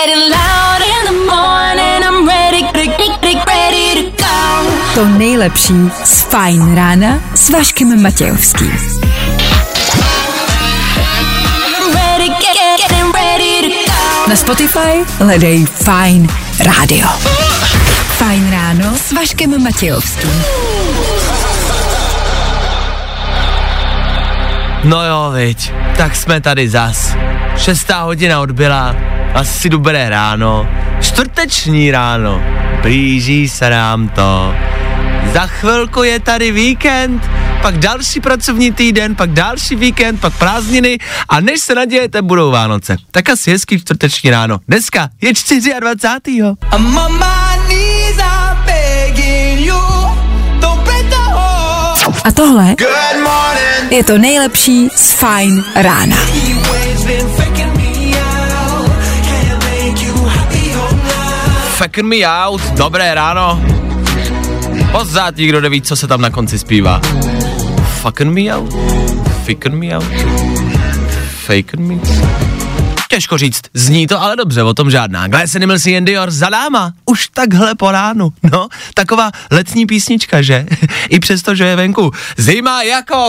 To nejlepší z Fajn rána s Vaškem Matějovským. Na Spotify hledej Fajn rádio. Fajn ráno s Vaškem Matějovským. No jo, viď, tak jsme tady zas. 6. hodina odbyla, asi dobré ráno, čtvrteční ráno, blíží se nám to. Za chvilku je tady víkend, pak další pracovní týden, pak další víkend, pak prázdniny a než se nadějete, budou Vánoce. Tak asi hezký čtvrteční ráno. Dneska je 24. A tohle je to nejlepší z Fajn rána. Faken me out, dobré ráno. Pořád nikdo neví, co se tam na konci zpívá. Faken me out, faken me out, faken me. Těžko říct, zní to ale dobře, o tom žádná. Glass Animals and Dior za náma, už takhle po ránu, no, taková letní písnička, že? I přesto, že je venku zima jako...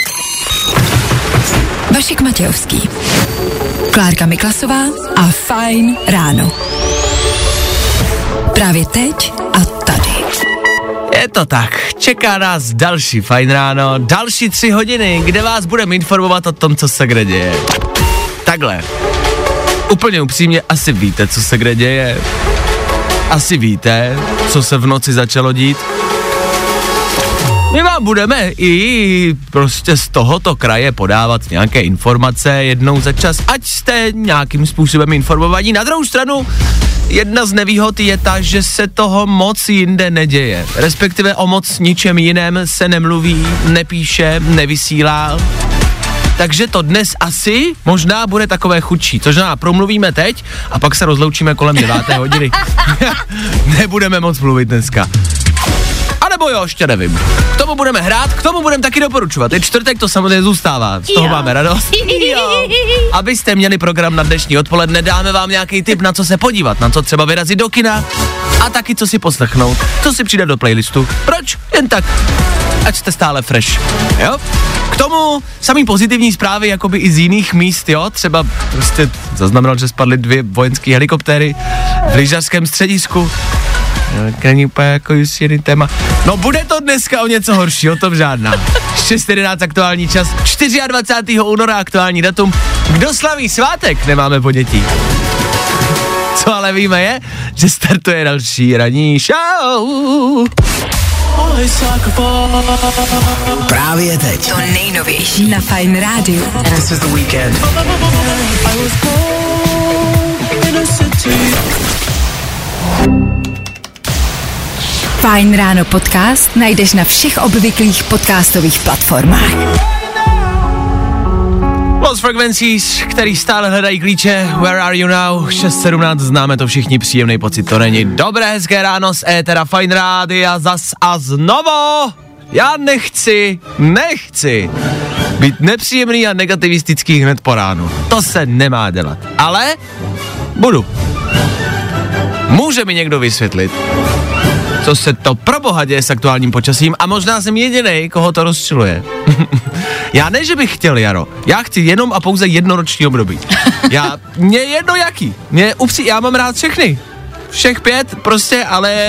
Vašek Matějovský, Klárka Miklasová a Fajn ráno. Právě teď a tady. Je to tak, čeká nás další Fajn ráno, další 3 hodiny, kde vás budeme informovat o tom, co se kde děje. Takhle, úplně upřímně, asi víte, co se kde děje. Asi víte, co se v noci začalo dít. My vám budeme i prostě z tohoto kraje podávat nějaké informace jednou za čas, ať jste nějakým způsobem informovaní. Na druhou stranu, jedna z nevýhod je ta, že se toho moc jinde neděje. Respektive o moc ničem jiném se nemluví, nepíše, nevysílá. Takže to dnes asi možná bude takové chudší, což znamená, promluvíme teď a pak se rozloučíme kolem 9. hodiny. Nebudeme moc mluvit dneska. A nebo jo, ještě nevím. K tomu budeme hrát, k tomu budeme taky doporučovat. Je čtvrtek, to samozřejmě zůstává, z toho máme radost. Jo. Abyste měli program na dnešní odpoledne, dáme vám nějaký tip, na co se podívat, na co třeba vyrazit do kina a taky co si poslechnout, co si přidat do playlistu. Proč? Jen tak, ať jste stále fresh, jo? K tomu samý pozitivní zprávy, jakoby i z jiných míst, jo? Třeba prostě zaznamenal, že spadly 2 vojenské helikoptéry v lyžařském středisku. Není úplně jako jiný téma. No bude to dneska o něco horší, o tom žádná. 6:11 aktuální čas, 24. února aktuální datum. Kdo slaví svátek, nemáme ponětí. Co ale víme je, že startuje další ranní show. Právě teď. To nejnovější na Fajn rádiu. This is the weekend. Fajn ráno podcast najdeš na všech obvyklých podcastových platformách. Lost Frequencies, který stále hledají klíče. Where are you now? 6:17, známe to všichni, příjemný pocit to není. Dobré, hezké ráno z étera Fajn rádia zas a znovu. Já nechci být nepříjemný a negativistický hned po ránu. To se nemá dělat. Ale budu. Může mi někdo vysvětlit, co se to pro boha děje s aktuálním počasím a možná jsem jedinej, koho to rozčiluje. Já ne, že bych chtěl jaro, já chci jenom a pouze jednoroční období. Mě jedno jaký, já mám rád všechny. Všech 5 prostě, ale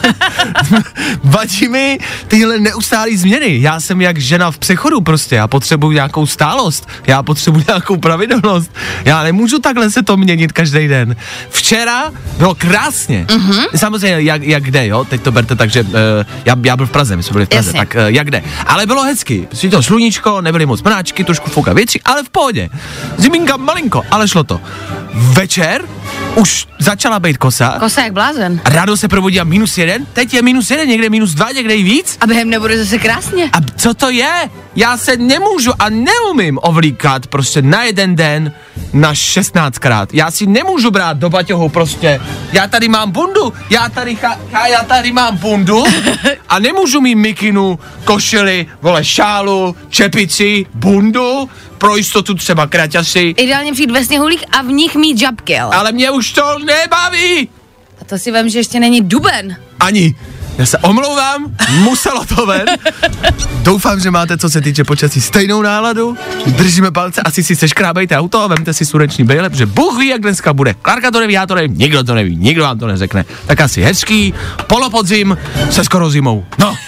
vadí mi tyhle neustálý změny. Já jsem jak žena v přechodu prostě, já potřebuji nějakou stálost, já potřebuji nějakou pravidelnost. Já nemůžu takhle se to měnit každý den. Včera bylo krásně. Samozřejmě jak kde, jo, teď to berte tak, že já byl v Praze, my jsme byli v Praze, tak jak kde. Ale bylo hezky, svítilo sluníčko, nebyly moc mráčky, trošku fouká větří, ale v pohodě. Ziminka malinko, ale šlo to. Večer už začala být kosa. Kosa jak blázen. Ráno se probudí a -1, teď je -1, někde -2, někde i víc. A během nebude zase krásně. A co to je? Já se nemůžu a neumím ovlíkat prostě na jeden den na 16krát. Já si nemůžu brát do baťohu prostě. Já tady mám bundu, já tady mám bundu a nemůžu mít mikinu, košili, vole šálu, čepici, bundu, pro jistotu třeba kraťasy. Ideálně přijít ve sněhulích a v nich mít žabky, ale. Ale mě už to nebaví. A to si vem, že ještě není duben. Ani. Já se omlouvám, muselo to ven. Doufám, že máte, co se týče počasí, stejnou náladu. Držíme palce, asi si seškrábejte auto a vemte si sluneční brýle, protože Bůh ví, jak dneska bude. Klárka to neví, já to nevím, nikdo to neví, nikdo vám to neřekne. Tak asi hezký, polopodzim se skoro zimou. No.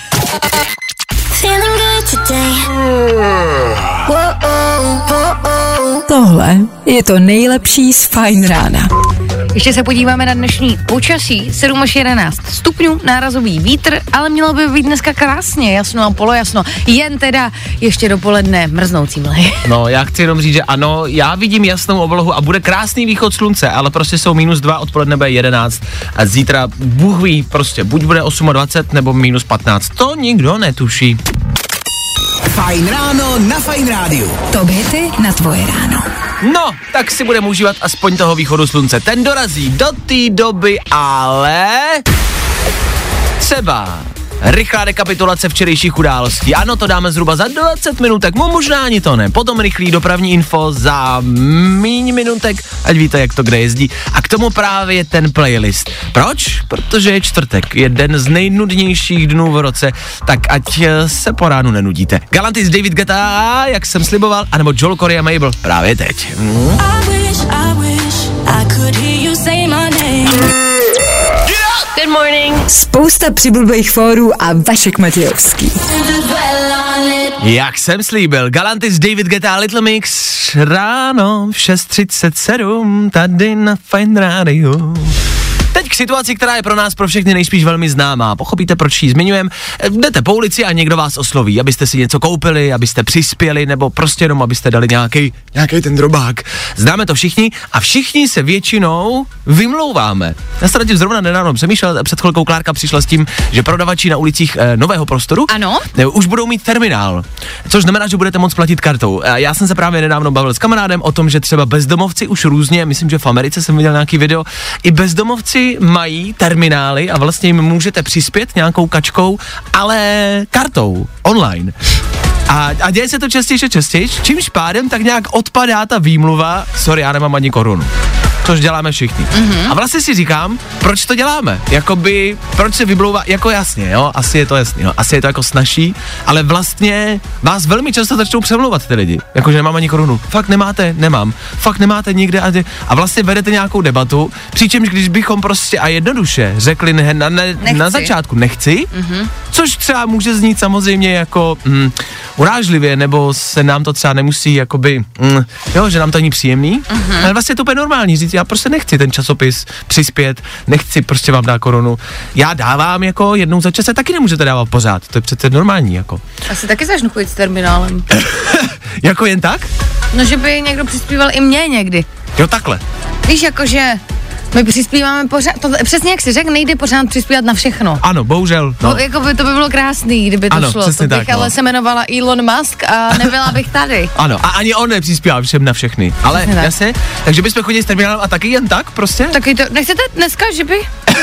Tohle je to nejlepší z Fajn rána. Ještě se podíváme na dnešní počasí. 7 až 11 stupňů, nárazový vítr, ale mělo by být dneska krásně, jasno a polojasno. Jen teda ještě dopoledne mrznoucí mlhy. No, já chci jenom říct, že ano, já vidím jasnou oblohu a bude krásný východ slunce, ale prostě jsou -2, odpoledne bude 11 a zítra Bůh ví, prostě buď bude 28 nebo -15, to nikdo netuší. Fajn ráno na Fajn rádiu. Top hity na tvoje ráno. No, tak si budeme užívat aspoň toho východu slunce. Ten dorazí do té doby, ale třeba rychlá rekapitulace včerejších událostí. Ano, to dáme zhruba za 20 minutek, možná ani to ne. Potom rychlý dopravní info za míň minutek, ať víte, jak to kde jezdí. A k tomu právě ten playlist. Proč? Protože je čtvrtek, jeden z nejnudnějších dnů v roce, tak ať se po ránu nenudíte. Galantis, David Guetta, jak jsem sliboval, anebo Joel Corey a Mabel právě teď. Good morning. Spousta přibulbých fórů a Vašek Matějovský. Jak jsem slíbil, Galantis, David Guetta, Little Mix, ráno v 6:37, tady na Fajn rádiu. Teď k situaci, která je pro nás pro všechny nejspíš velmi známá. Pochopíte, proč ji zmiňujem? Jdete po ulici a někdo vás osloví, abyste si něco koupili, abyste přispěli, nebo prostě jenom abyste dali nějaký ten drobák. Známe to všichni a všichni se většinou vymlouváme. Já jsem tím zrovna nedávno přemýšlel, před chvilkou Klárka přišla s tím, že prodavači na ulicích Nového Prostoru Ano? Už budou mít terminál, což znamená, že budete moct platit kartou. Já jsem se právě nedávno bavil s kamarádem o tom, že třeba bezdomovci už různě, myslím, že v Americe jsem viděl nějaký video, i bezdomovci mají terminály a vlastně jim můžete přispět nějakou kačkou, ale kartou, online. A děje se to častěji a častěji, čímž pádem tak nějak odpadá ta výmluva, sorry, já nemám ani korunu. Což děláme všichni. A vlastně si říkám, proč to děláme? Jakoby, proč se vymlouvá, jako jasně, jo, asi je to jasný, jo, asi je to jako snazší, ale vlastně vás velmi často začnou přemlouvat ty lidi, jakože nemám ani korunu. Fakt nemáte? Nemám. Fakt nemáte nikde a vlastně vedete nějakou debatu, přičemž když bychom prostě a jednoduše řekli na začátku nechci, což třeba může znít samozřejmě jako urážlivě, nebo se nám to třeba nemusí jakoby, jo, že nám to není příjemný, ale vlastně je to úplně normální říct, já prostě nechci ten časopis přispět, nechci prostě vám dát korunu. Já dávám jako jednou za čas, a taky nemůžete dávat pořád, to je přece normální jako. Asi taky začnu chodit s terminálem. Jako jen tak? No, že by někdo přispíval i mě někdy. Jo, takhle. Víš, jakože my přispíváme pořád, to, přesně jak jsi řekl, nejde pořád přispívat na všechno. Ano, bohužel. No. Jako by to by bylo krásný, kdyby to ano, šlo. To bych tak, ale se jmenovala Elon Musk a nebyla bych tady. Ano, a ani on nepřispívá všem na všechny. Ale jasně, takže bychom chodili s terminálem a taky jen tak prostě? Taky to, nechcete dneska, že by?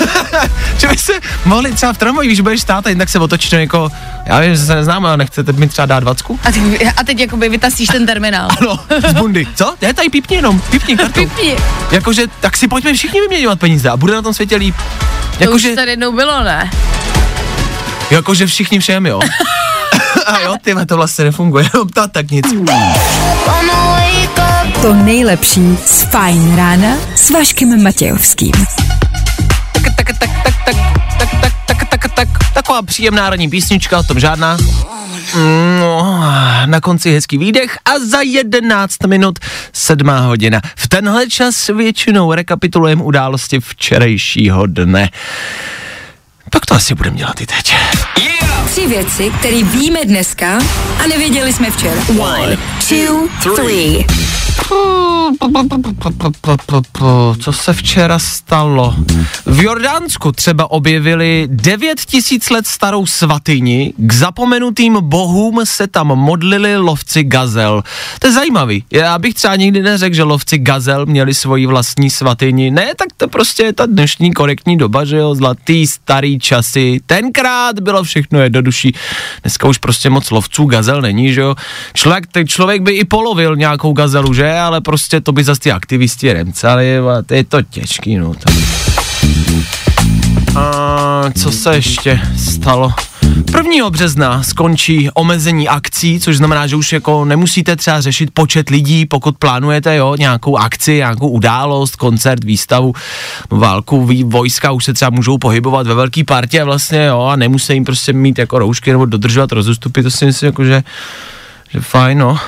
Že by se mohli třeba v tramvaji, když budeš stát a jen tak se otočit jako, já vím, že se neznáme, ale nechcete mi třeba dát 20? A teď jakoby vytasíš ten terminál. Ano, z bundy. Co? Já tady pípni jenom, pípni kartu. Pípni. Jakože, tak si pojďme všichni vyměňovat peníze a bude na tom světě líp. To už tady jednou bylo, ne? Jakože všichni všem, jo. A jo, tyhle, to vlastně nefunguje, tak nic. To nejlepší z Fajn rána s Vaškem Matějovským. Taková příjemná ranní písnička, o tom žádná. Na konci hezký výdech a za 11 minut 7 hodina. V tenhle čas většinou rekapitulujeme události včerejšího dne. Tak to asi budeme dělat i teď. 3 věci, které víme dneska a nevěděli jsme včera. 1, 2, 3. Co se včera stalo? V Jordánsku třeba objevili 9000 let starou svatyni, k zapomenutým bohům se tam modlili lovci gazel. To je zajímavý. Já bych třeba nikdy neřekl, že lovci gazel měli svoji vlastní svatyni. Ne, tak to prostě je ta dnešní korektní doba, že jo, zlatý starý časy. Tenkrát bylo všechno jednodušší. Dneska už prostě moc lovců gazel není, že jo. Člověk by i polovil nějakou gazelu, že, ale prostě to by zase ty aktivisti remcali a to je to těžký, no. To. Co se ještě stalo? 1. března skončí omezení akcí, což znamená, že už jako nemusíte třeba řešit počet lidí, pokud plánujete, nějakou akci, nějakou událost, koncert, výstavu, válku, vojska už se třeba můžou pohybovat ve velký partě vlastně, a nemusí jim prostě mít jako roušky nebo dodržovat rozestupy, to si myslím jako, že fajn, no.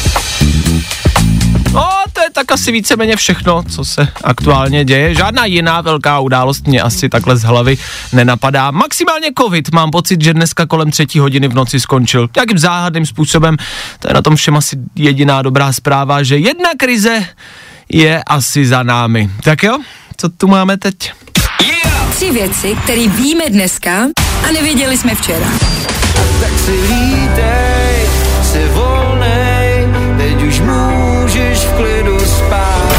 No, to je tak asi víceméně všechno, co se aktuálně děje. Žádná jiná velká událost mě asi takhle z hlavy nenapadá. Maximálně covid. Mám pocit, že dneska kolem 3 hodiny v noci skončil. Jakým záhadným způsobem. To je na tom všem asi jediná dobrá zpráva, že jedna krize je asi za námi. Tak jo, co tu máme teď? 3 věci, které víme dneska a nevěděli jsme včera. Tak si vítej, si volnej, teď už můžeš v klidu spát.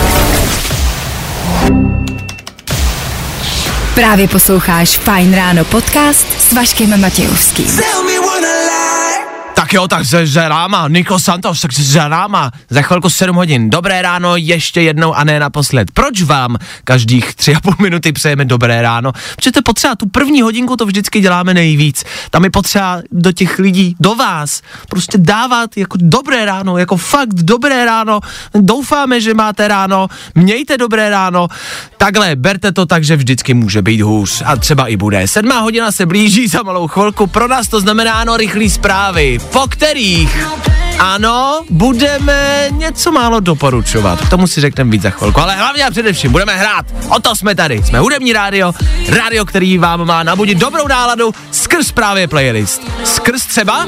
Právě posloucháš Fajn ráno podcast s Vaškem Matějovským. Tak jo, tak za náma, Niko Santos, tak za náma, za chvilku 7 hodin, dobré ráno ještě jednou a ne naposled. Proč vám každých 3,5 minuty přejeme dobré ráno? Protože to je potřeba, tu první hodinku to vždycky děláme nejvíc. Tam je potřeba do těch lidí, do vás, prostě dávat jako dobré ráno, jako fakt dobré ráno. Doufáme, že máte ráno, mějte dobré ráno. Takhle, berte to tak, že vždycky může být hůř a třeba i bude. 7 hodina se blíží za malou chvilku, pro nás to znamená rychlý zprávy, po kterých, ano, budeme něco málo doporučovat. K tomu si řekneme víc za chvilku, ale hlavně a především budeme hrát. O to jsme tady. Jsme hudební rádio, který vám má nabudit dobrou náladu skrz právě playlist. Skrz třeba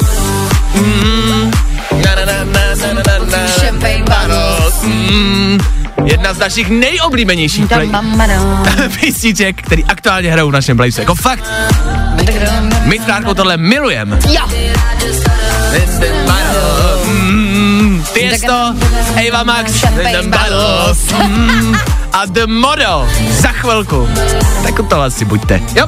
Champagne Bottles. Jedna z našich nejoblíbenějších písniček, který aktuálně hrajou v našem playlistu. Jako fakt. My s Klárkou tohle milujeme. Jo. Tiesto, Ava Max, a The Model. Za chvilku. Tak to asi buďte. Jo.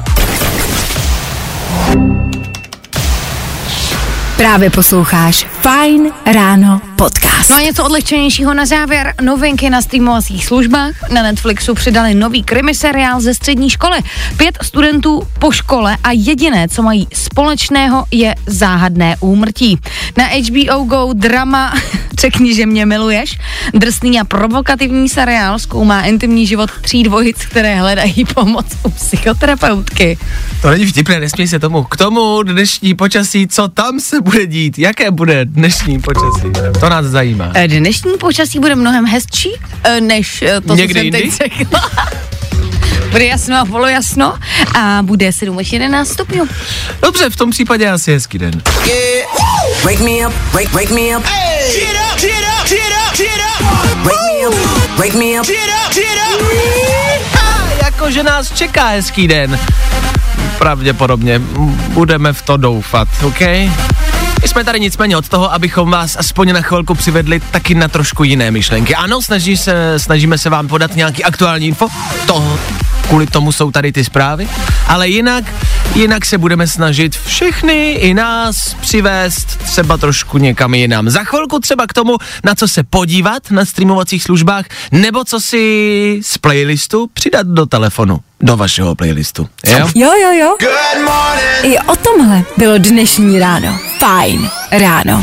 Právě posloucháš Fajn ráno podcast. No a něco odlehčenějšího na závěr. Novinky na streamovacích službách. Na Netflixu přidali nový krimi seriál ze střední školy. 5 studentů po škole a jediné, co mají společného, je záhadné úmrtí. Na HBO Go drama Řekni, že mě miluješ. Drsný a provokativní seriál zkoumá intimní život 3 dvojic, které hledají pomoc u psychoterapeutky. To není vtipné, nesmí se tomu. K tomu dnešní počasí, co tam se bude dít? Jaké bude dnešní počasí? To nás zajímá. Dnešní počasí bude mnohem hezčí, než to, co jsem teď řekla. Bude jasno a polojasno a bude 7 až 11 stupňů. Dobře, v tom případě asi hezký den. Wake me up, wake me up. Get up, get up, get up, get up. Wake me up, get up, get up. Jakože nás čeká hezký den. Pravděpodobně budeme v to doufat, OK? My jsme tady nicméně od toho, abychom vás aspoň na chvilku přivedli taky na trošku jiné myšlenky. Ano, snažíme se vám podat nějaký aktuální info, kvůli tomu jsou tady ty zprávy, ale jinak se budeme snažit všechny i nás přivést třeba trošku někam jinam. Za chvilku třeba k tomu, na co se podívat na streamovacích službách, nebo co si z playlistu přidat do telefonu, do vašeho playlistu. Jo? Jo. I o tomhle bylo dnešní ráno. Fajn ráno.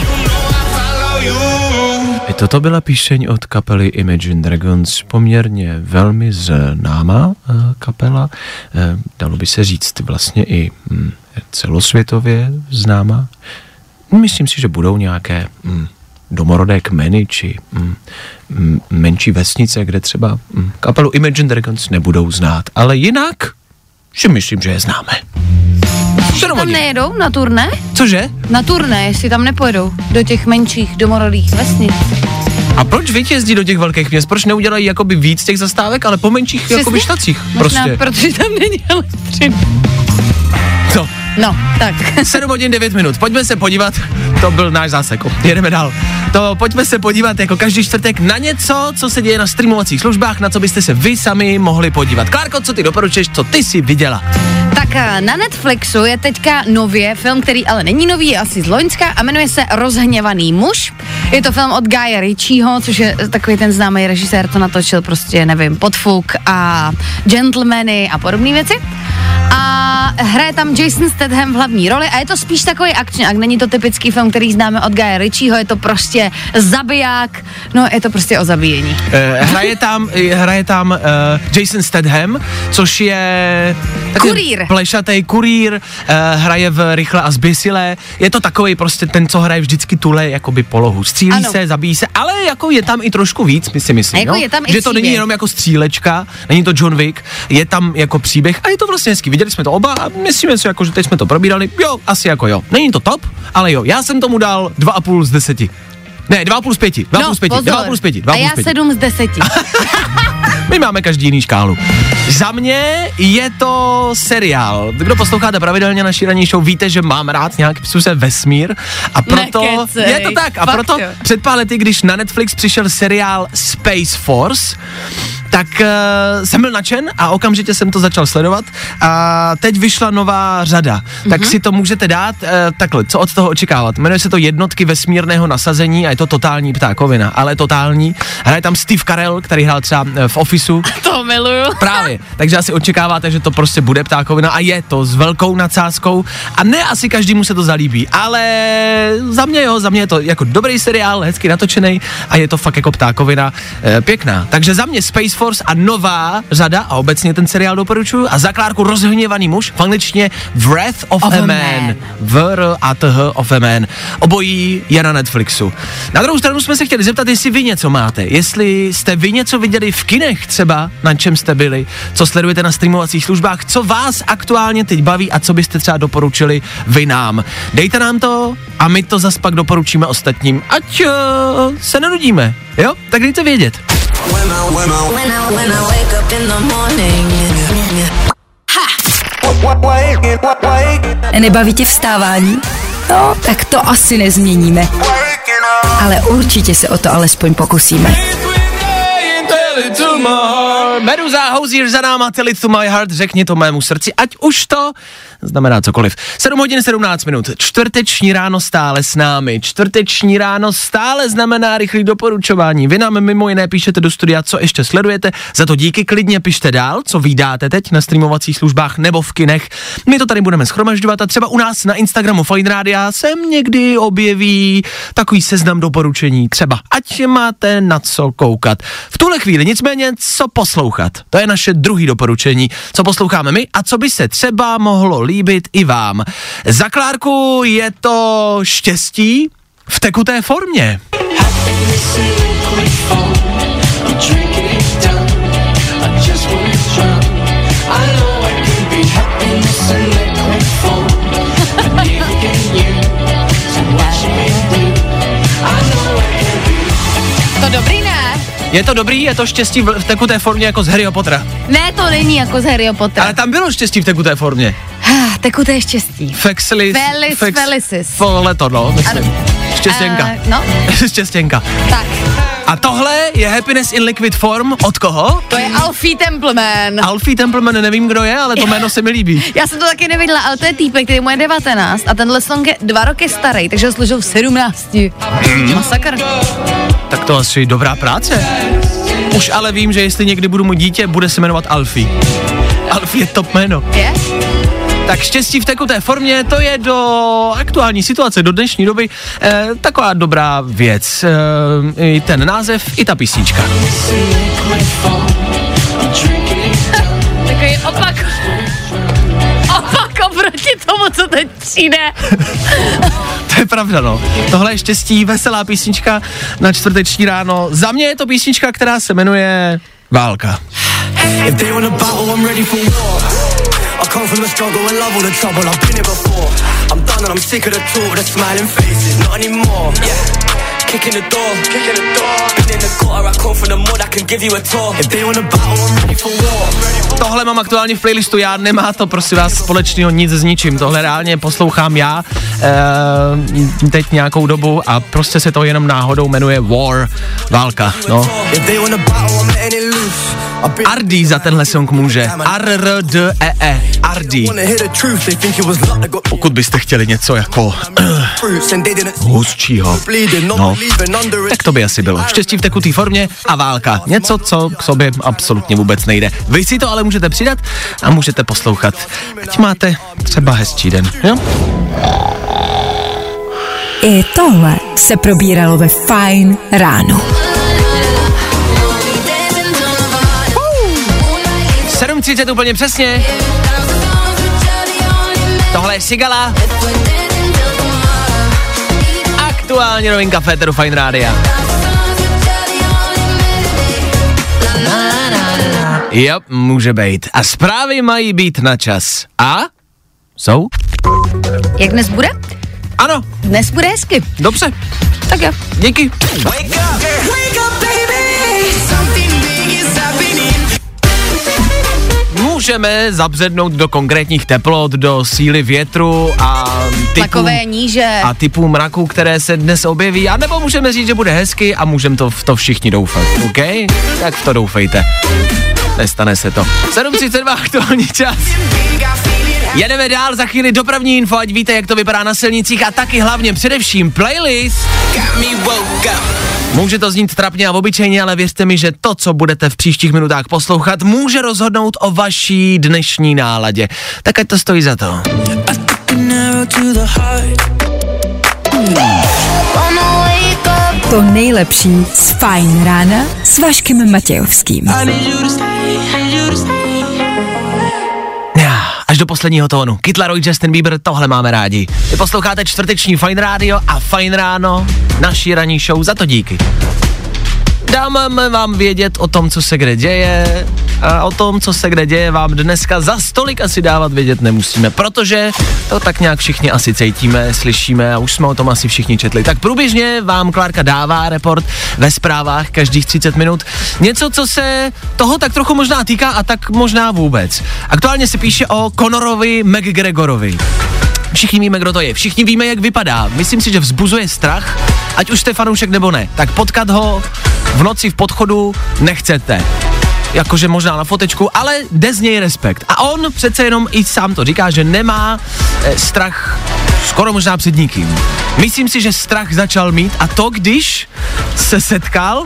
I toto byla píseň od kapely Imagine Dragons, poměrně velmi známá kapela, dalo by se říct vlastně i celosvětově známá. Myslím si, že budou nějaké domorodé kmeny či menší vesnice, kde třeba kapelu Imagine Dragons nebudou znát, ale jinak si myslím, že je známe. Tam nejedou na turné? Cože? Na turné, jestli tam nepojedou do těch menších domorodých vesnic. A proč vítězdí do těch velkých měst? Proč neudělají jakoby víc těch zastávek, ale po menších jakoby štacích? Možná, prostě. Protože tam není elektřina. Co? No, tak. 7 hodin 9 minut. Pojďme se podívat, to byl náš zásek. Jedeme dál. Pojďme se podívat jako každý čtvrtek na něco, co se děje na streamovacích službách, na co byste se vy sami mohli podívat. Klárko, co ty doporučuješ, co ty si viděla? Tak na Netflixu je teďka nově film, který ale není nový, je asi z loňska a jmenuje se Rozhněvaný muž. Je to film od Guya Ritchieho, což je takový ten známý režisér, to natočil prostě, nevím, Podfuk a Gentlemany a podobné věci. A hraje tam Jason Statham v hlavní roli a je to spíš takový akčňák, není to typický film, který známe od Guya Ritchieho, je to prostě zabiják, no je to prostě o zabíjení. Hraje tam Jason Statham, což je kurýr. Plešatej kurýr, hraje v Rychle a zběsilé, je to takovej prostě ten, co hraje vždycky tuhle jakoby polohu, střílí se, zabíjí se, ale jako je tam i trošku víc, myslím, jako no? Je tam že to není jenom jako střílečka, není to John Wick, je tam jako příběh a je to vlastně hezký, viděli jsme to oba a myslíme si jako, že teď jsme to probírali, jo, asi jako jo, není to top, ale jo, já jsem tomu dal 2,5 z 10. Ne, 2,5 z 5. 2,5 z 5. A já 7 z 10. My máme každý jiný škálu. Za mě je to seriál. Kdo posloucháte pravidelně naší ranní show, víte, že mám rád nějaký způsob vesmír a proto nekecej, je to tak a proto před pár lety, když na Netflix přišel seriál Space Force, tak jsem byl nadšen a okamžitě jsem to začal sledovat a teď vyšla nová řada, tak si to můžete dát takhle, co od toho očekávat. Jmenuje se to Jednotky vesmírného nasazení a je to totální ptákovina, ale totální. Hraje tam Steve Carell, který hrál třeba v Officeu. To miluju. Právě, takže asi očekáváte, že to prostě bude ptákovina a je to s velkou nadsázkou a ne asi každému se to zalíbí, ale za mě je to jako dobrý seriál, hezky natočený a je to fakt jako ptákovina pěkná. Takže za mě Space Force a nová řada a obecně ten seriál doporučuju a za Klárku Rozhněvaný muž, v angličtině Wrath of a Man. W-R-A-T-H of a Man. Obojí je na Netflixu. Na druhou stranu jsme se chtěli zeptat, jestli vy něco máte, jestli jste vy něco viděli v kinech třeba, na čem jste byli, co sledujete na streamovacích službách, co vás aktuálně teď baví a co byste třeba doporučili vy nám. Dejte nám to a my to zas pak doporučíme ostatním, ať se nenudíme, jo? Tak dejte vědět. Nebaví tě vstávání? No, tak to asi nezměníme. Ale určitě se o to alespoň pokusíme. Meduza, Hozier za náma, tell it to my heart, řekni to mému srdci, ať už to znamená cokoliv. 7 hodin 17 minut, čtvrteční ráno stále s námi, čtvrteční ráno stále znamená rychlý doporučování. Vy nám mimo jiné píšete do studia, co ještě sledujete, za to díky, klidně pište dál, co vydáte teď na streamovacích službách nebo v kinech. My to tady budeme shromažďovat a třeba u nás na Instagramu Fajn Rádia se někdy objeví takový seznam doporučení, třeba ať máte na co koukat. V tuhle chvíli nicméně co poslouchat. To je naše druhý doporučení, co posloucháme my a co by se třeba mohlo líbit i vám. Za Klárku je to Štěstí v tekuté formě. To dobrý, ne? Je to dobrý, je to Štěstí v tekuté formě jako z Harryho Pottera. Ne, to není jako z Harryho Pottera. Ale tam bylo Štěstí v tekuté formě. Tekuté štěstí. Felicis. Leto, no, myslím. Štěstěnka. No. Štěstěnka. Tak. A tohle je Happiness in Liquid Form. Od koho? To je Alfie Templeman. Alfie Templeman, nevím, kdo je, ale to jméno se mi líbí. Já jsem to taky neviděla, ale to je týpek, který mu je 19 a tenhle song je 2 roky starý, takže ho složil v 17. Masakr. Tak to asi dobrá práce. Už ale vím, že jestli někdy budu mít dítě, bude se jmenovat Alfie. Alfie je top jméno. Je? Tak Štěstí v tekuté formě, to je do aktuální situace, do dnešní doby taková dobrá věc. I ten název, i ta písnička. Takový opak oproti tomu, co teď přijde. To je pravda, no. Tohle je Štěstí, veselá písnička na čtvrteční ráno. Za mě je to písnička, která se jmenuje Válka. I come from the struggle and love all the trouble. I've been here before. I'm done and I'm sick of the talk, the smiling faces, not anymore. Yeah. Kicking the door. Been in the gutter, I come from the mud, I can give you a tour. If they wanna battle, I'm ready for war. Tohle mám aktuálně v playlistu já, nemá to prosím vás společného nic s ničím. Tohle reálně poslouchám já teď nějakou dobu a prostě se to jenom náhodou jmenuje War, válka, no. Ardi za tenhle song může. R-R-D-E-E. Ardi. Pokud byste chtěli něco jako hustšího, no, Tak to by asi bylo. Štěstí v tekutý formě a válka. Něco, co k sobě absolutně vůbec nejde. Vy si to ale můžete přidat a můžete poslouchat. Ať máte třeba hezčí den, jo? I tohle se probíralo ve Fajn ráno. 7:30 úplně přesně. Tohle je Sigala. Aktuálně novinka Féteru Fajn rádia. Jo, může být. A zprávy mají být na čas. A? Jsou? Jak dnes bude? Ano. Dnes bude hezky. Dobře. Tak jo. Díky. Můžeme zabřednout do konkrétních teplot, do síly větru a tlakové níže a typů mraků, které se dnes objeví, a nebo můžeme říct, že bude hezky a můžeme v to všichni doufat, OK? Tak v to doufejte. Nestane se to. 7:32 aktuální čas. Jedeme dál, za chvíli dopravní info, ať víte, jak to vypadá na silnicích, a taky hlavně především playlist. Může to znít trapně a obyčejně, ale věřte mi, že to, co budete v příštích minutách poslouchat, může rozhodnout o vaší dnešní náladě. Tak ať to stojí za to. To nejlepší z Fajn rána s Vaškem Matějovským. Až do posledního tónu. Kid Laroi, Justin Bieber, tohle máme rádi. Vy posloucháte čtvrteční Fajn rádio a Fajn ráno, naší ranní show, za to díky. Dáme vám vědět o tom, co se kde děje, a o tom, co se kde děje, vám dneska za stolik asi dávat vědět nemusíme, protože to tak nějak všichni asi cítíme, slyšíme a už jsme o tom asi všichni četli. Tak průběžně vám Klárka dává report ve zprávách každých 30 minut. Něco, co se toho tak trochu možná týká a tak možná vůbec. Aktuálně se píše o Conorovi McGregorovi. Všichni víme, kdo to je, všichni víme, jak vypadá. Myslím si, že vzbuzuje strach, ať už jste fanoušek nebo ne. Tak potkat ho v noci v podchodu nechcete. Jakože možná na fotečku, ale jde z něj respekt. A on přece jenom i sám to říká, že nemá strach skoro možná před nikým. Myslím si, že strach začal mít, a to, když se setkal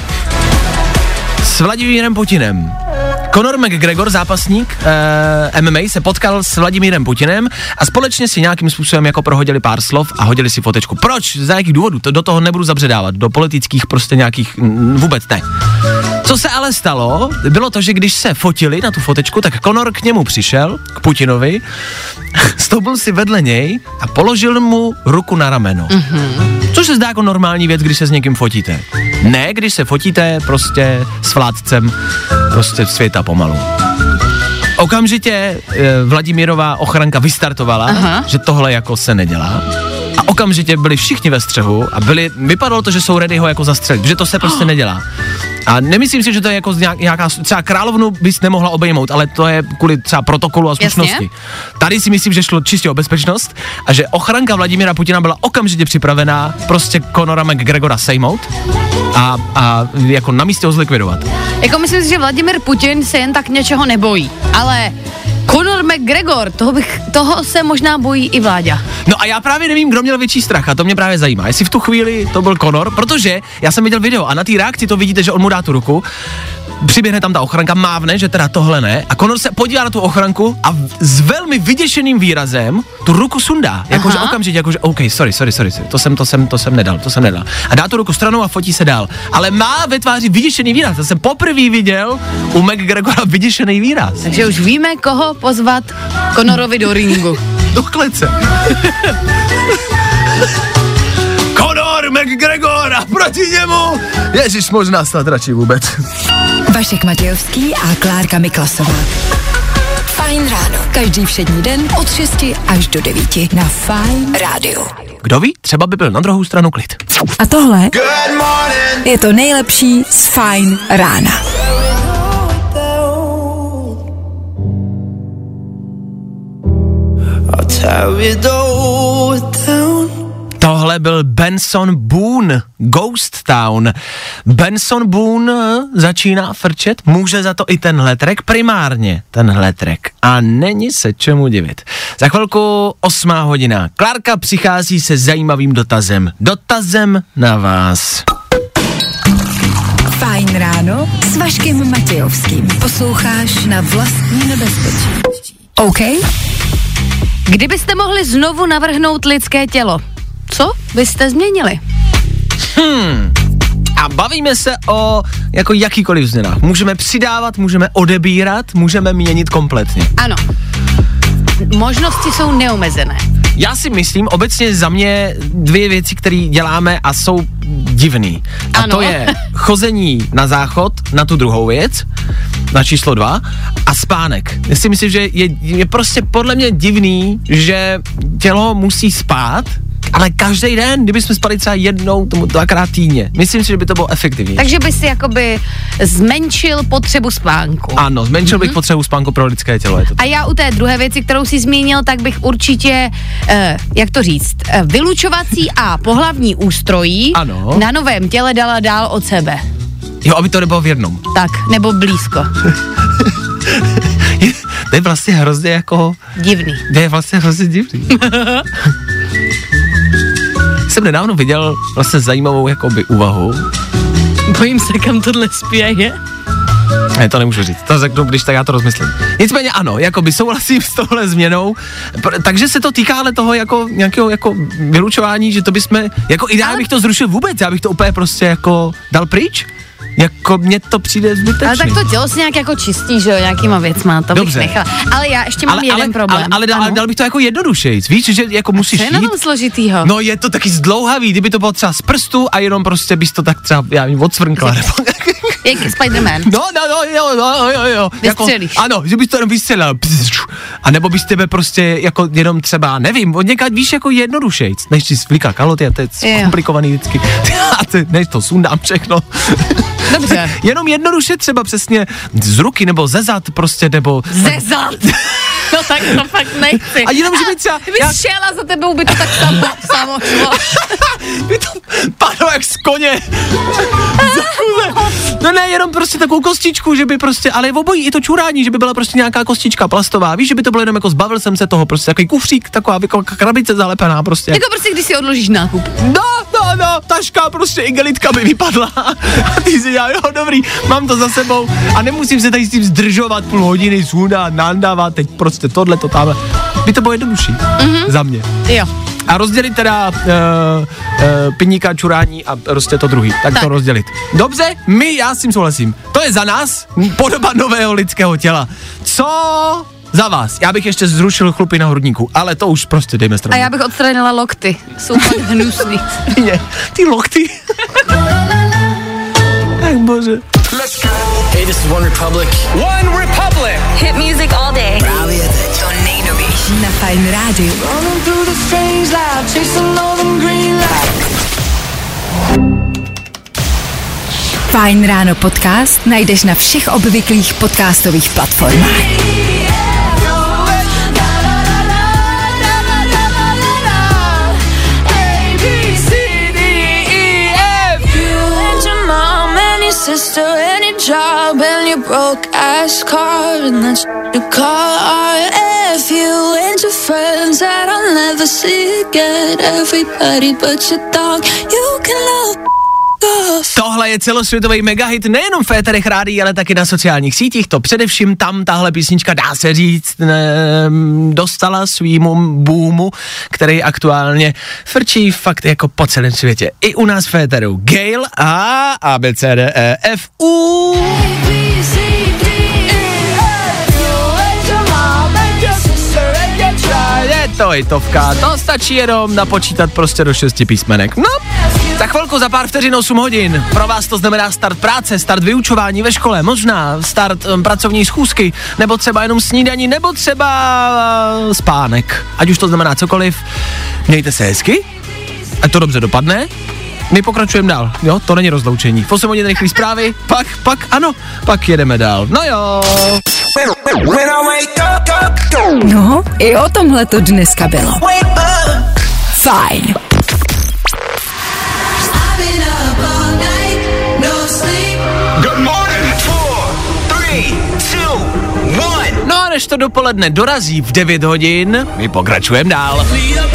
s Vladimírem Putinem. Conor McGregor, zápasník MMA, se potkal s Vladimírem Putinem a společně si nějakým způsobem jako prohodili pár slov a hodili si fotečku. Proč? Za jakých důvodů? Do toho nebudu zabředávat. Do politických prostě nějakých vůbec ne. Co se ale stalo, bylo to, že když se fotili na tu fotečku, tak Conor k němu přišel, k Putinovi, stoupil si vedle něj a položil mu ruku na rameno. Což se zdá jako normální věc, když se s někým fotíte. Ne, když se fotíte prostě s vládcem prostě světa pomalu. Okamžitě Vladimírová ochranka vystartovala, že tohle jako se nedělá. A okamžitě byli všichni ve střehu a vypadalo to, že jsou ready ho jako zastřelit, že to se prostě nedělá. A nemyslím si, že to je jako nějaká, třeba královnu bys nemohla obejmout, ale to je kvůli třeba protokolu a slušnosti. Jasně. Tady si myslím, že šlo čistě o bezpečnost a že ochranka Vladimíra Putina byla okamžitě připravená prostě Conora McGregora sejmout a jako na místě ho zlikvidovat. Jako myslím si, že Vladimír Putin se jen tak něčeho nebojí, ale Conor McGregor, toho se možná bojí i Vláďa. No a já právě nevím, kdo měl větší strach, a to mě právě zajímá. Jestli v tu chvíli to byl Conor, protože já jsem viděl video a na té reakci to vidíte, že on mu dá tu ruku, přiběhne tam ta ochranka, mávne, že teda tohle ne, a Conor se podívá na tu ochranku a s velmi vyděšeným výrazem tu ruku sundá, jakože okamžitě, jakože OK, sorry, to jsem nedal. A dá tu ruku stranou a fotí se dál. Ale má ve tváři vyděšený výraz, to jsem poprvé viděl u McGregora vyděšený výraz. Takže už víme, koho pozvat Conorovi do ringu. Do klece. Conor McGregor a proti němu Ježíš, možná snad radši vůbec. Vašek Matějovský a Klárka Miklasová. Fajn ráno. Každý všední den od 6 až do 9 na Fajn rádiu. Kdo ví, třeba by byl na druhou stranu klid. A tohle je to nejlepší z Fajn rána. Tohle tohle byl Benson Boone, Ghost Town. Benson Boone začíná frčet, může za to i tenhle track, primárně tenhle track. A není se čemu divit. Za chvilku 8 hodina. Klárka přichází se zajímavým dotazem. Dotazem na vás. Fajn ráno s Vaškem Matějovským. Posloucháš na vlastní nebezpečí. OK? Kdybyste mohli znovu navrhnout lidské tělo, co byste změnili? A bavíme se o jako jakýkoliv změnách. Můžeme přidávat, můžeme odebírat, můžeme měnit kompletně. Ano. Možnosti jsou neomezené. Já si myslím, obecně za mě 2 věci, které děláme a jsou divný. A ano. To je chození na záchod, na tu druhou věc, na číslo 2, a spánek. Já si myslím, že je prostě podle mě divný, že tělo musí spát, ale každý den, kdybychom spali třeba jednou, tomu 2krát týdně. Myslím si, že by to bylo efektivní. Takže by si jakoby zmenšil potřebu spánku. Ano, zmenšil bych potřebu spánku pro lidské tělo. Je to. A já u té druhé věci, kterou jsi zmínil, tak bych určitě, jak to říct, vylučovací a pohlavní ústrojí Ano. na novém těle dala dál od sebe. Jo, aby to nebylo v jednom. Tak, nebo blízko. To je vlastně hrozně jako... Divný. To je vlastně hrozně divný. Jsem nedávno viděl vlastně zajímavou jakoby úvahu. Bojím se, kam tohle spěje. Ne, to nemůžu říct, to řeknu, když tak já to rozmyslím. Nicméně ano, jakoby souhlasím s touhle změnou, takže se to týká ale toho jako nějakého jako vylučování, že to bychom, jako ideálně bych to zrušil vůbec, já bych to úplně prostě jako dal pryč. Jako mně to přijde zbytečný. Ale tak to tělo si nějak jako čistí, že jo, nějakýma věcma, to Dobře. bych nechala. Ale já ještě mám jeden problém. Ale dal bych to jako jednodušejc, víš, že jako musíš Co je na tom složitýho? No je to taky zdlouhavý, kdyby to bylo třeba z prstu a jenom prostě bys to tak třeba, já nevím, odsvrnkla nebo... Jak Spider-Man. Jo. Vystřelíš. Jako, ano, že bys to jenom vystřelil. A nebo bys tebe prostě jako jenom třeba, nevím, od někaď víš jako jednodušejc, než si svlíká kaloty a to je komplikovaný vždycky. Než to sundám všechno. Dobře. Jenom jednoduše třeba přesně z ruky nebo ze zad prostě, nebo... Ze zad. No tak to fakt nechci. A jenom, že by třeba... Kdyby šela za tebou, by to tak samo šlo. By to padlo jak z koně. No ne, jenom prostě takovou kostičku, že by prostě, ale obojí i to čurání, že by byla prostě nějaká kostička plastová, víš, že by to bylo jenom jako zbavil jsem se toho, prostě takový kufřík, taková krabice zalepená prostě. Jako prostě, když si odložíš nákup. No, taška, prostě igelitka by vypadla a ty si dělal, jo, dobrý, mám to za sebou a nemusím se tady s tím zdržovat půl hodiny, sundat, nandávat, teď prostě tohle, to tamhle. By to bylo jednodušší, za mě. Jo. A rozdělit teda piníka, čurání a prostě to druhý. Tak to rozdělit. Dobře, já s tím souhlasím. To je za nás podoba nového lidského těla. Co za vás? Já bych ještě zrušil chlupy na hrudníku, ale to už prostě dejme stranou. A já bych odstranila lokty. Jsou fakt hnusný. Ty lokty. Ach bože. Hey, this is One Republic. One Republic! Hit music all day. Právě teď. To nejnovější na Fajn rádiu. Fajn ráno podcast najdeš na všech obvyklých podcastových platformách. Sister, any job, and your broke ass car, and that's you call RF. You and your friends that I'll never see again. Everybody but your dog, you can love. Tohle je celosvětový megahit nejenom v éterech rádií, ale taky na sociálních sítích. To především tam tahle písnička, dá se říct, dostala svýmu boomu, který aktuálně frčí fakt jako po celém světě. I u nás v éteru. Gail a ABCDEFU. Je to hitovka, to stačí jenom napočítat prostě do 6 písmenek. No, za chvilku, za pár vteřin 8 hodin. Pro vás to znamená start práce, start vyučování ve škole, možná start pracovní schůzky, nebo třeba jenom snídaní, nebo třeba spánek. Ať už to znamená cokoliv, mějte se hezky, ať to dobře dopadne. My pokračujeme dál, jo, to není rozloučení. V 8 hodin rychlý zprávy, pak jedeme dál. No jo. No, i o tomhle to dneska bylo. Fajn. No a než to dopoledne dorazí v 9 hodin, my pokračujeme dál.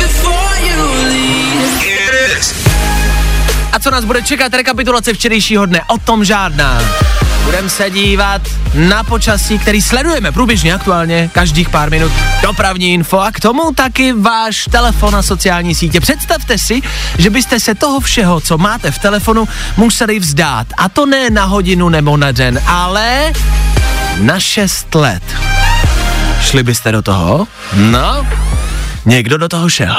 A co nás bude čekat? Rekapitulace včerejšího dne, o tom žádná. Budeme se dívat na počasí, který sledujeme průběžně aktuálně, každých pár minut, dopravní info a k tomu taky váš telefon a sociální sítě. Představte si, že byste se toho všeho, co máte v telefonu, museli vzdát. A to ne na hodinu nebo na den, ale na 6 let. Šli byste do toho? No, někdo do toho šel.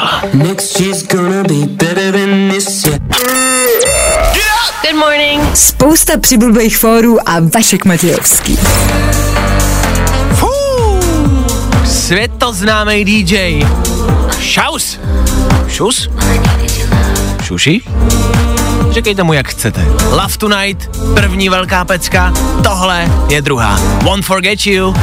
Good morning. Spousta přibulbých fórů a Vašek Matějovský. Světoznámej DJ. Šaus. Šus? Šuši? Řekejte mu, jak chcete. Love Tonight, první velká pecka, tohle je druhá. Won't Forget You.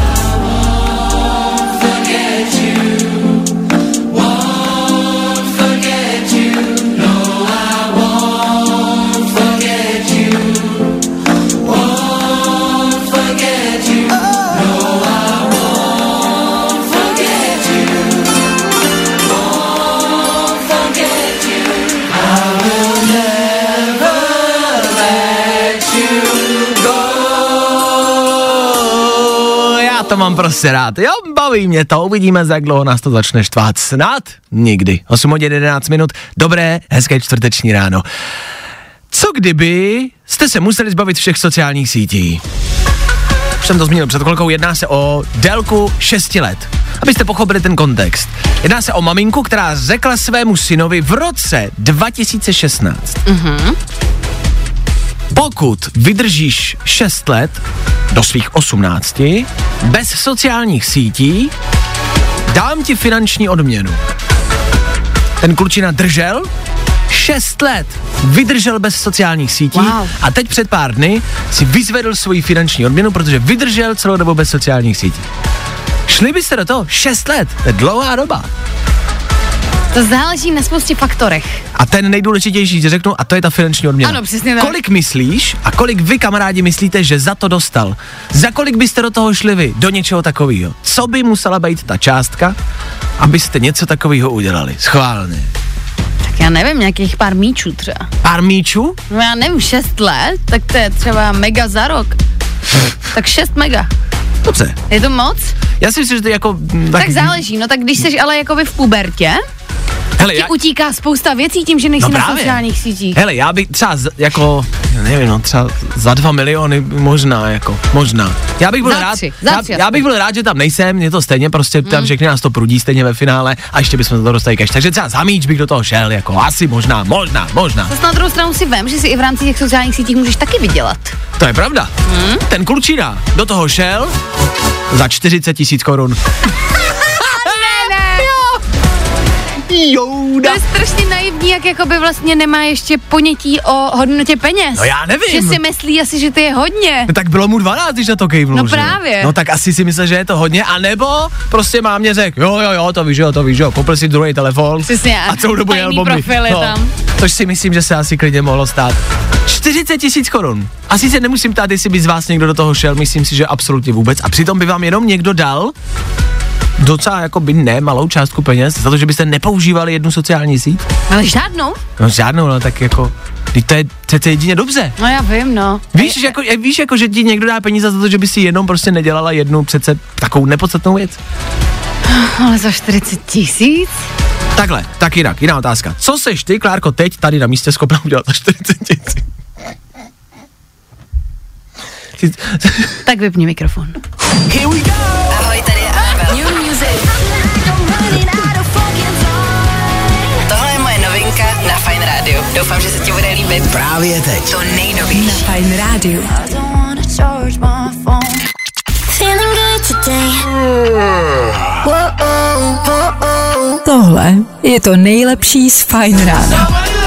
To mám prostě rád. Jo, baví mě to, uvidíme, za jak dlouho nás to začne štvát. Snad nikdy. 8 hodin 11 minut, dobré, hezké čtvrteční ráno. Co kdyby jste se museli zbavit všech sociálních sítí? Už jsem to zmínil před chvilkou, jedná se o délku 6 let. Abyste pochopili ten kontext. Jedná se o maminku, která řekla svému synovi v roce 2016. Pokud vydržíš 6 let do svých 18 bez sociálních sítí, dám ti finanční odměnu. Ten klučina držel 6 let, vydržel bez sociálních sítí a teď před pár dny si vyzvedl svoji finanční odměnu, protože vydržel celou dobu bez sociálních sítí. Šli byste do toho 6 let, to je dlouhá doba. To záleží na spoustě faktorech. A ten nejdůležitější ti řeknu, a to je ta finanční odměna. Ano, přesně tak. Kolik myslíš a kolik vy, kamarádi, myslíte, že za to dostal? Za kolik byste do toho šli vy? Do něčeho takového? Co by musela být ta částka, abyste něco takového udělali? Schválně. Tak já nevím, nějakých pár míčů třeba. Pár míčů? No já nevím, 6 let, tak to je třeba mega za rok. Tak 6 mega. Dobře. Je to moc? Já si myslím, že to je jako... Tak záleží, no tak když jsi ale jakoby v pubertě, hele, ti utíká spousta věcí tím, že nejsi na sociálních sítích. Hele, já bych třeba jako, nevím, no, třeba za 2 miliony možná. Já bych byl rád, já bych byl rád, že tam nejsem, mě to stejně, prostě tam všechny nás to prudí stejně ve finále a ještě bychom to dostali cash. Takže třeba za míč bych do toho šel, jako asi možná. Zase na druhou stranu si vem, že si i v rámci těch sociálních sítích můžeš taky vydělat. To je pravda. Ten klučina do toho šel za 40 000 korun. To je strašně naivní, jak jakoby vlastně nemá ještě ponětí o hodnotě peněz. No já nevím. Že si myslí asi, že to je hodně. No tak bylo mu 12, když na to kejvnul. No právě. No tak asi si myslel, že je to hodně, anebo prostě mámě řekl, jo, to víš, popl si druhý telefon. Přesně, a celou dobu jel bomby. Profily tam. Což si myslím, že se asi klidně mohlo stát. 40 000 korun. Asi se nemusím ptát, jestli by z vás někdo do toho šel, myslím si, že absolutně vůbec. A přitom by vám jenom někdo dal docela jako by ne malou částku peněz za to, že byste nepoužívali jednu sociální síť. Ale žádnou? No žádnou, no tak jako, to je přece jedině dobře. No já vím, no. Víš, jako, že ti někdo dá peníze za to, že by si jenom prostě nedělala jednu přece takovou nepodstatnou věc? Ale za 40 000? Takhle, tak jiná otázka. Co seš ty, Klárko, teď tady na místě schopná udělat za 40 000? Tak vypni mikrofon. Here we go! Ahoj, tady je Anabel. New music. Tohle je moje novinka na Fajn rádiu. Doufám, že se ti bude líbit. Právě teď. To nejnovější. Na Fajn rádiu. Tohle je to nejlepší z Fajn rána.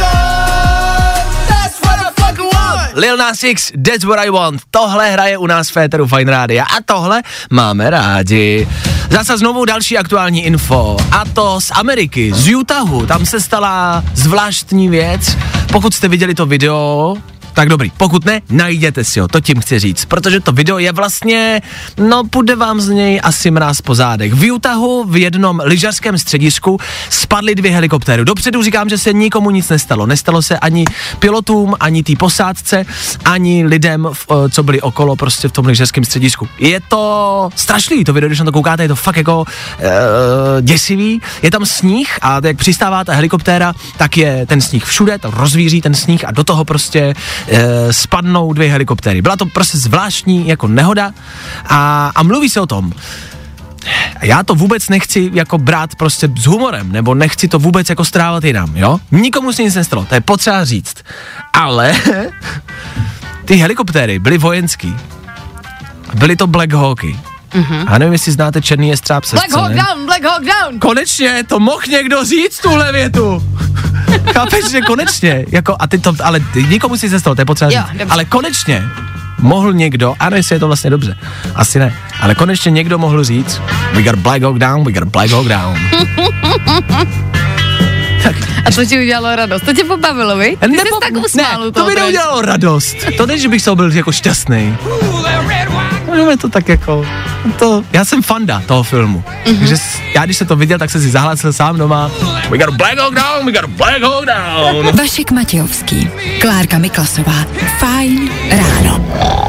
Lil Nas X, That's What I Want. Tohle hraje u nás v éteru Fajn rádia a tohle máme rádi. Zase znovu další aktuální info, a to z Ameriky, z Utahu. Tam se stala zvláštní věc. Pokud jste viděli to video, tak dobrý. Pokud ne, najděte si ho, to tím chci říct, protože to video je vlastně, no půjde vám z něj asi mráz po zádech. V Utahu v jednom lyžařském středisku spadly 2 helikoptéry. Dopředu říkám, že se nikomu nic nestalo. Nestalo se ani pilotům, ani té posádce, ani lidem, co byli okolo prostě v tom lyžařském středisku. Je to strašný, to video, když na to koukáte, je to fakt jako děsivý. Je tam sníh a jak přistává ta helikoptéra, tak je ten sníh všude, to rozvíří ten sníh a do toho prostě spadnou 2 helikoptéry. Byla to prostě zvláštní jako nehoda a mluví se o tom. Já to vůbec nechci jako brát prostě s humorem, nebo nechci to vůbec jako strávat jinam, jo? Nikomu se nic nestalo, to je potřeba říct. Ale ty helikoptéry byly vojenský. Byly to Black Hawky. A nevím, jestli znáte Černý jestřáb se Black Hawk down, Black Hawk down! Konečně, to mohl někdo říct tuhle větu. Chápeš, že konečně, jako a ty to, ale nikomu si se stalo, to je potřeba říct. Ale konečně mohl někdo, a jestli je to vlastně dobře, asi ne, ale konečně někdo mohl říct, we got Black Hawk down, we got Black Hawk down. Tak. A to ti udělalo radost, to tě pobavilo, vy? Ty jsi tak usmál ne, to mi neudělalo radost, to ne, že bych se byl jako šťastný. Můžeme to tak jako, já jsem fanda toho filmu, takže já když se to viděl, tak jsem si zahlásil sám doma, we got Black Hawk down, we got Black Hawk down. Vašek Matějovský, Klárka Miklasová, Fajn ráno.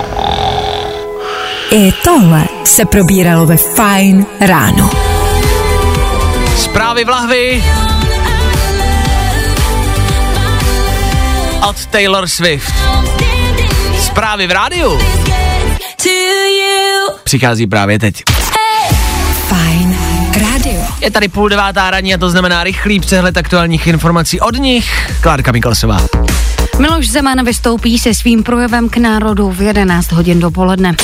I tohle se probíralo ve Fajn ráno. Zprávy v lahvi od Taylor Swift. Zprávy v rádiu přichází právě teď. Fajn rádio. Je tady 8:30 ranní a to znamená rychlý přehled aktuálních informací od nich. Klárka Miklasová. Miloš Zeman vystoupí se svým projevem k národu v 11 hodin dopoledne.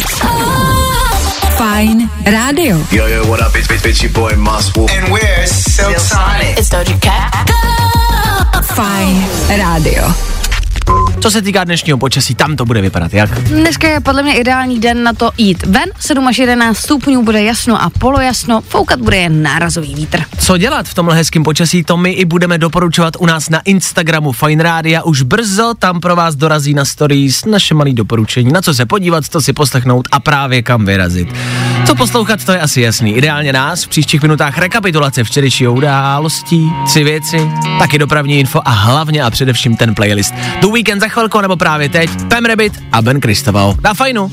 Fajn rádio. Yo, what up, it's your boy Moss Wolf. And we're Silk Sonic. It's Doja Cat. Fajn rádio. Co se týká dnešního počasí, tam to bude vypadat jak? Dneska je podle mě ideální den na to jít ven, 7 až 11 stupňů, bude jasno a polojasno, foukat bude jen nárazový vítr. Co dělat v tomhle hezkém počasí, to my i budeme doporučovat u nás na Instagramu Fajn Rádia. Už brzo tam pro vás dorazí na stories naše malé doporučení, na co se podívat, co si poslechnout a právě kam vyrazit. Co poslouchat, to je asi jasný. Ideálně nás v příštích minutách rekapitulace včerejšího událostí, 3 věci, taky dopravní info a hlavně a především ten playlist. The Weekend za chvilku nebo právě teď Pam Rabbit a Ben Christoval. Na Fajnu.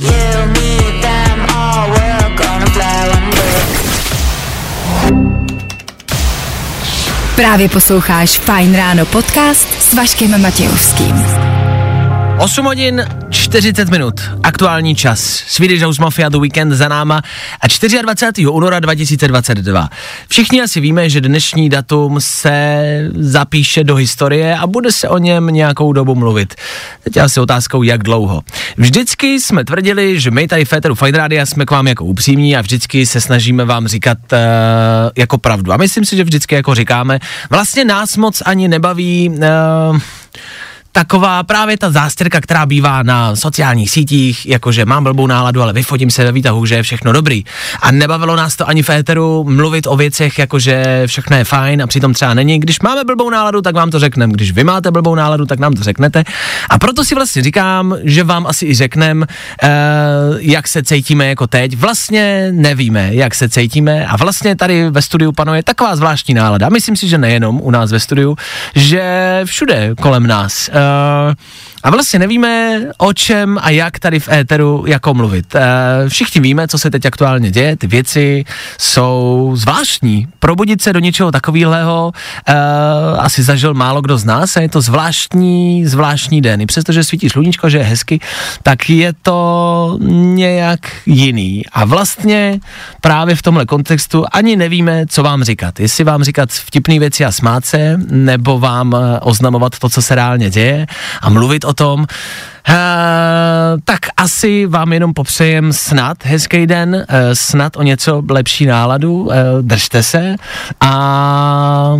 Právě posloucháš Fajn ráno podcast s Vaškem Matějovským. 8 hodin 40 minut, aktuální čas. Swedish House Mafia The Weekend za náma a 24. února 2022. Všichni asi víme, že dnešní datum se zapíše do historie a bude se o něm nějakou dobu mluvit. Teď asi otázkou, jak dlouho. Vždycky jsme tvrdili, že my tady v éteru Fajn Rádia jsme k vám jako upřímní a vždycky se snažíme vám říkat jako pravdu. A myslím si, že vždycky jako říkáme, vlastně nás moc ani nebaví taková právě ta zástěrka, která bývá na sociálních sítích, jakože mám blbou náladu, ale vyfotím se ve výtahu, že je všechno dobrý. A nebavilo nás to ani v éteru mluvit o věcech, jakože všechno je fajn a přitom třeba není. Když máme blbou náladu, tak vám to řekneme. Když vy máte blbou náladu, tak nám to řeknete. A proto si vlastně říkám, že vám asi i řekneme, jak se cítíme jako teď. Vlastně nevíme, jak se cítíme a vlastně tady ve studiu panuje taková zvláštní nálada. Myslím si, že nejenom u nás ve studiu, že všude kolem nás. A vlastně nevíme, o čem a jak tady v éteru jako mluvit. Všichni víme, co se teď aktuálně děje, ty věci jsou zvláštní. Probudit se do něčeho takového asi zažil málo kdo z nás a je to zvláštní den. I přestože svítí sluníčko, že je hezky, tak je to nějak jiný. A vlastně právě v tomhle kontextu ani nevíme, co vám říkat. Jestli vám říkat vtipný věci a smát se, nebo vám oznamovat to, co se reálně děje a mluvit o tom. Tak asi vám jenom popřejem snad hezký den, snad o něco lepší náladu, držte se a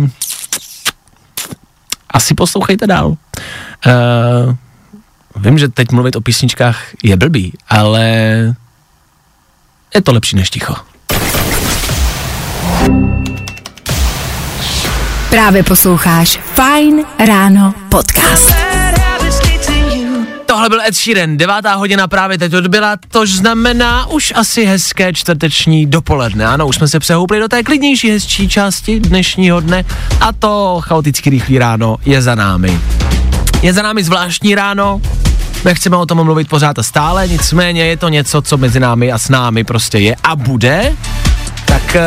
asi poslouchejte dál. Vím, že teď mluvit o písničkách je blbý, ale je to lepší než ticho. Právě posloucháš Fajn ráno podcast. Tohle byl Ed Sheeran, 9. hodina právě teď odbyla, tož znamená už asi hezké čtvrteční dopoledne. Ano, už jsme se přehoupli do té klidnější, hezčí části dnešního dne a to chaoticky rychlý ráno je za námi. Je za námi zvláštní ráno, nechceme o tom mluvit pořád a stále, nicméně je to něco, co mezi námi a s námi prostě je a bude. Tak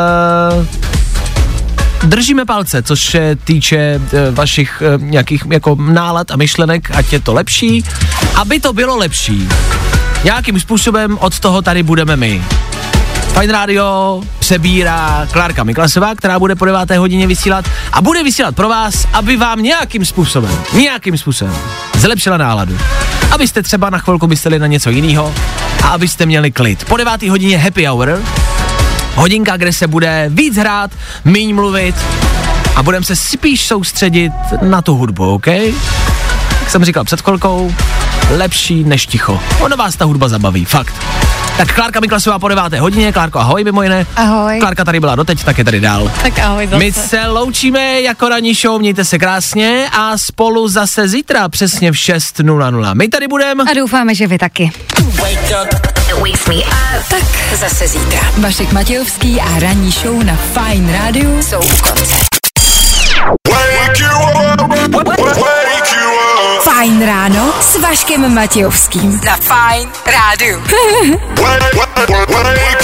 držíme palce, což se týče vašich nějakých jako nálad a myšlenek, ať je to lepší, aby to bylo lepší. Nějakým způsobem od toho tady budeme my. Fajn Radio přebírá Klárka Miklasová, která bude po 9. hodině vysílat a bude vysílat pro vás, aby vám nějakým způsobem zlepšila náladu. Abyste třeba na chvilku mysleli na něco jiného a abyste měli klid. Po 9. hodině Happy Hour, hodinka, kde se bude víc hrát, míň mluvit a budeme se spíš soustředit na tu hudbu, OK? Jak jsem říkal před chvilkou, lepší než ticho. Ono vás ta hudba zabaví, fakt. Tak Klárka Miklasová po 9. hodině. Klárko, ahoj mimo jiné. Ahoj. Klárka tady byla doteď, tak je tady dál. Tak ahoj zase. My se loučíme jako ranní show, mějte se krásně a spolu zase zítra přesně v 6:00. My tady budeme. A doufáme, že vy taky. Tak zase zítra. Vašek Matějovský a ranní show na Fajn rádiu jsou u konce. Fajn ráno s Vaškem Matějovským na Fajn rádiu.